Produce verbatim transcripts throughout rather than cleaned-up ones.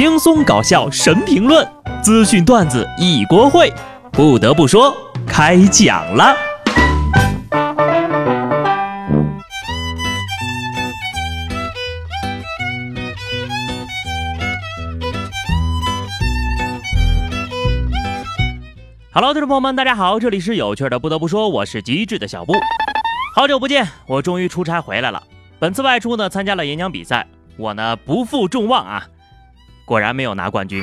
轻松搞笑神评论，资讯段子一锅烩。不得不说，开讲了。Hello， 听众朋友们，大家好，这里是有趣的。不得不说，我是机智的小布。好久不见，我终于出差回来了。本次外出呢，参加了演讲比赛，我呢不负众望啊，果然没有拿冠军。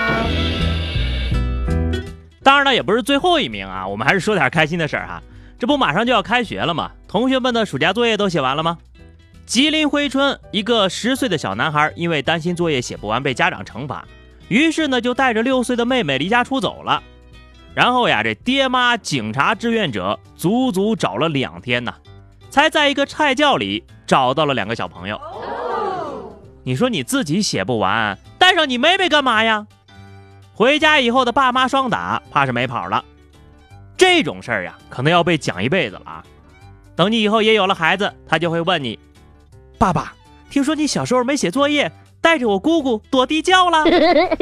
当然了，也不是最后一名啊，我们还是说点开心的事儿哈。这不马上就要开学了吗？同学们的暑假作业都写完了吗？吉林珲春一个十岁的小男孩，因为担心作业写不完被家长惩罚，于是呢就带着六岁的妹妹离家出走了。然后呀，这爹妈警察志愿者足足找了两天呢，才在一个菜窖里找到了两个小朋友。你说你自己写不完，带上你妹妹干嘛呀？回家以后的爸妈双打，怕是没跑了。这种事儿呀，可能要被讲一辈子了啊。等你以后也有了孩子，他就会问你：爸爸，听说你小时候没写作业，带着我姑姑躲地窖了。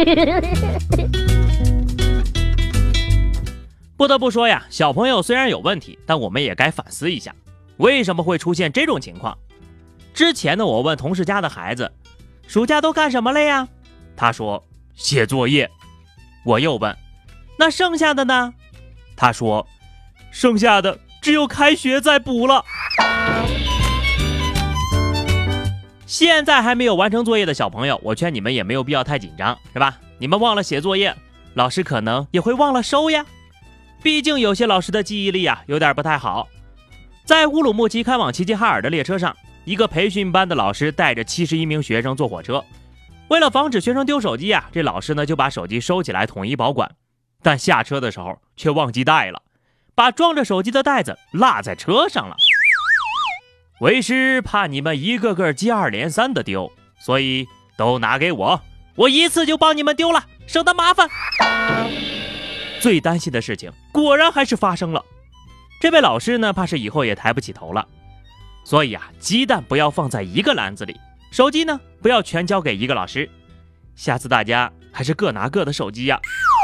不得不说呀，小朋友虽然有问题，但我们也该反思一下，为什么会出现这种情况。之前呢，我问同事家的孩子，暑假都干什么了呀？他说写作业。我又问，那剩下的呢？他说剩下的只有开学再补了。现在还没有完成作业的小朋友，我劝你们也没有必要太紧张，是吧？你们忘了写作业，老师可能也会忘了收呀。毕竟有些老师的记忆力啊有点不太好。在乌鲁木齐开往齐齐哈尔的列车上，一个培训班的老师带着七十一名学生坐火车，为了防止学生丢手机啊，这老师呢就把手机收起来统一保管，但下车的时候却忘记带了，把装着手机的袋子落在车上了。为师怕你们一个个接二连三的丢，所以都拿给我，我一次就帮你们丢了，省得麻烦。最担心的事情果然还是发生了，这位老师呢怕是以后也抬不起头了。所以啊，鸡蛋不要放在一个篮子里，手机呢不要全交给一个老师，下次大家还是各拿各的手机呀。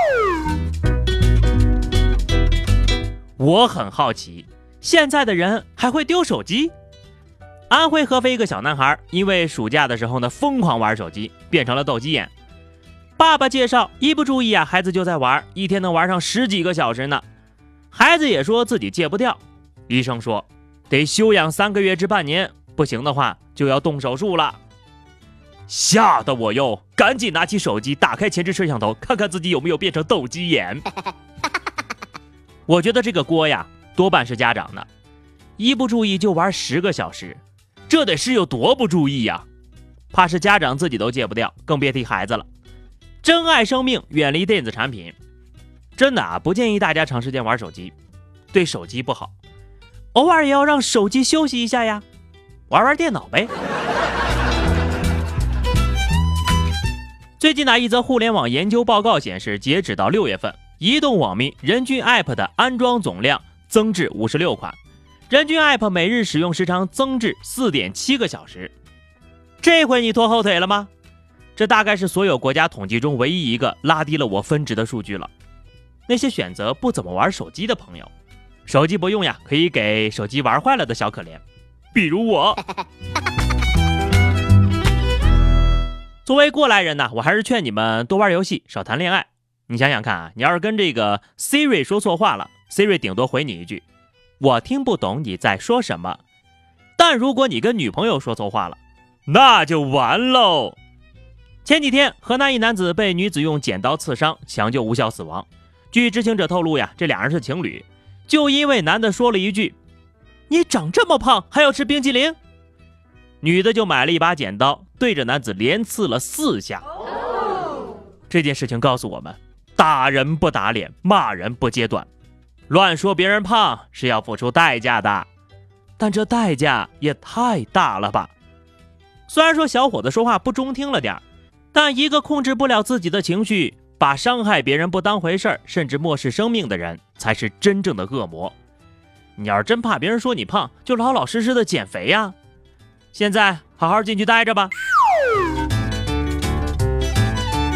我很好奇，现在的人还会丢手机？安徽合肥一个小男孩，因为暑假的时候呢疯狂玩手机，变成了斗鸡眼。爸爸介绍，一不注意啊，孩子就在玩，一天能玩上十几个小时呢。孩子也说自己戒不掉，医生说得休养三个月至半年，不行的话就要动手术了。吓得我又赶紧拿起手机，打开前置摄像头，看看自己有没有变成斗鸡眼。我觉得这个锅呀多半是家长的，一不注意就玩十个小时，这得是有多不注意呀？怕是家长自己都戒不掉，更别提孩子了。珍爱生命，远离电子产品。真的啊，不建议大家长时间玩手机，对手机不好。偶尔也要让手机休息一下呀，玩玩电脑呗。最近呢，一则互联网研究报告显示，截止到六月份，移动网民人均 App 的安装总量增至五十六款，人均 App 每日使用时长增至 四点七个小时。这回你拖后腿了吗？这大概是所有国家统计中唯一一个拉低了我分值的数据了。那些选择不怎么玩手机的朋友，手机不用呀，可以给手机玩坏了的小可怜，比如我。作为过来人呢，我还是劝你们多玩游戏，少谈恋爱。你想想看啊，你要是跟这个 Siri 说错话了， Siri 顶多回你一句我听不懂你在说什么。但如果你跟女朋友说错话了，那就完喽。前几天，河南一男子被女子用剪刀刺伤，抢救无效死亡。据知情者透露呀，这俩人是情侣，就因为男的说了一句你长这么胖还要吃冰淇淋，女的就买了一把剪刀，对着男子连刺了四下。这件事情告诉我们，打人不打脸，骂人不揭短，乱说别人胖是要付出代价的，但这代价也太大了吧。虽然说小伙子说话不中听了点，但一个控制不了自己的情绪，把伤害别人不当回事儿，甚至漠视生命的人，才是真正的恶魔。你要是真怕别人说你胖，就老老实实的减肥呀。现在好好进去待着吧。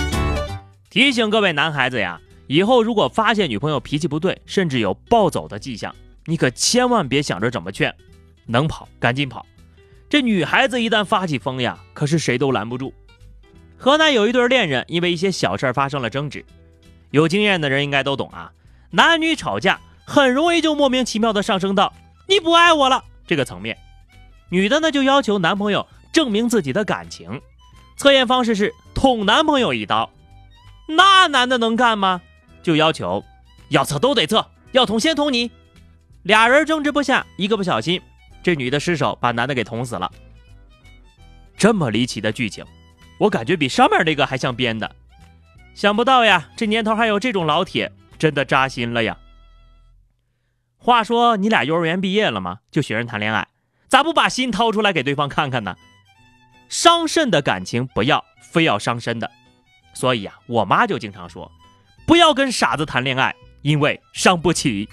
提醒各位男孩子呀，以后如果发现女朋友脾气不对，甚至有暴走的迹象，你可千万别想着怎么劝，能跑赶紧跑。这女孩子一旦发起疯呀，可是谁都拦不住。河南有一对恋人因为一些小事发生了争执，有经验的人应该都懂啊，男女吵架很容易就莫名其妙的上升到你不爱我了这个层面。女的呢就要求男朋友证明自己的感情，测验方式是捅男朋友一刀。那男的能干吗？就要求要测都得测，要捅先捅你。俩人争执不下，一个不小心，这女的失手把男的给捅死了。这么离奇的剧情，我感觉比上面那个还像编的。想不到呀，这年头还有这种老铁，真的扎心了呀。话说你俩幼儿园毕业了吗？就学人谈恋爱，咋不把心掏出来给对方看看呢？伤肾的感情不要，非要伤身的。所以啊，我妈就经常说，不要跟傻子谈恋爱，因为伤不起。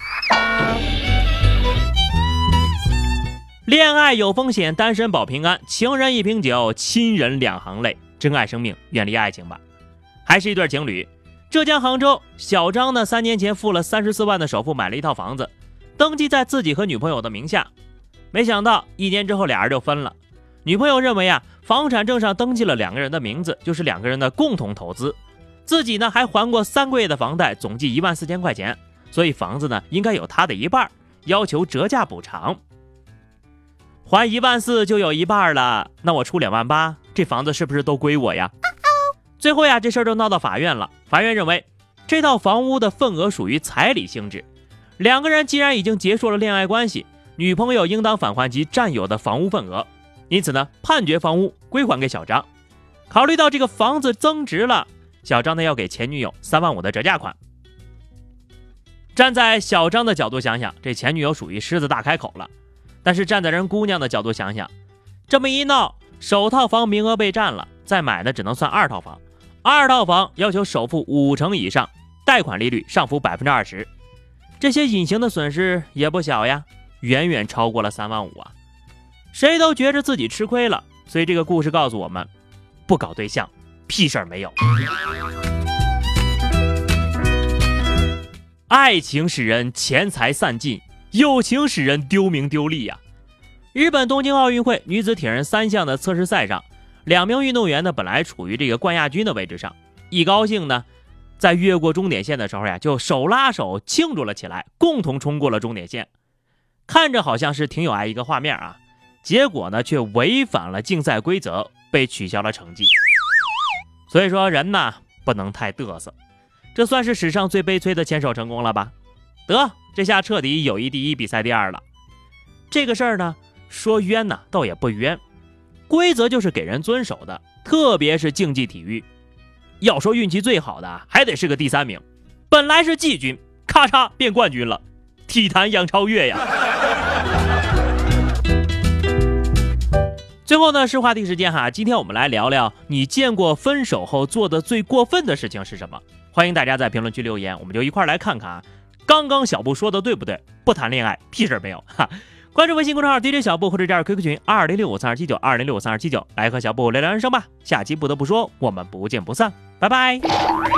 恋爱有风险，单身保平安，情人一瓶酒，亲人两行泪。珍爱生命，远离爱情吧。还是一对情侣，浙江杭州，小张呢三年前付了三十四万的首付买了一套房子，登记在自己和女朋友的名下。没想到一年之后俩人就分了。女朋友认为啊，房产证上登记了两个人的名字，就是两个人的共同投资，自己呢还还过三个月的房贷，总计一万四千块钱，所以房子呢应该有他的一半，要求折价补偿。还一万四就有一半了，那我出两万八，这房子是不是都归我呀？最后呀，这事儿就闹到法院了。法院认为这套房屋的份额属于彩礼性质，两个人既然已经结束了恋爱关系，女朋友应当返还其占有的房屋份额，因此呢，判决房屋归还给小张。考虑到这个房子增值了，小张呢要给前女友三万五的折价款。站在小张的角度想想，这前女友属于狮子大开口了。但是站在人姑娘的角度想想，这么一闹，首套房名额被占了，再买的只能算二套房，二套房要求首付五成以上，贷款利率上浮百分之二十，这些隐形的损失也不小呀，远远超过了三万五啊！谁都觉着自己吃亏了，所以这个故事告诉我们，不搞对象，屁事儿没有。爱情使人钱财散尽，友情使人丢名丢利呀、啊！日本东京奥运会女子铁人三项的测试赛上，两名运动员呢本来处于这个冠亚军的位置上，一高兴呢，在越过终点线的时候呀，就手拉手庆祝了起来，共同冲过了终点线。看着好像是挺有爱一个画面啊，结果呢却违反了竞赛规则，被取消了成绩。所以说人呢不能太嘚瑟，这算是史上最悲催的牵手成功了吧？得，这下彻底友谊第一，比赛第二了。这个事儿呢，说冤呢倒也不冤，规则就是给人遵守的，特别是竞技体育。要说运气最好的，还得是个第三名，本来是季军，咔嚓变冠军了，体坛杨超越呀！最后呢是话题时间哈，今天我们来聊聊你见过分手后做的最过分的事情是什么？欢迎大家在评论区留言，我们就一块来看看啊，刚刚小布说的对不对？不谈恋爱屁事没有哈！关注微信公众号 D J 小布或者加入 Q Q 群二零六五三二七九二零六五三二七九，来和小布聊聊人生吧。下期不得不说，我们不见不散，拜拜。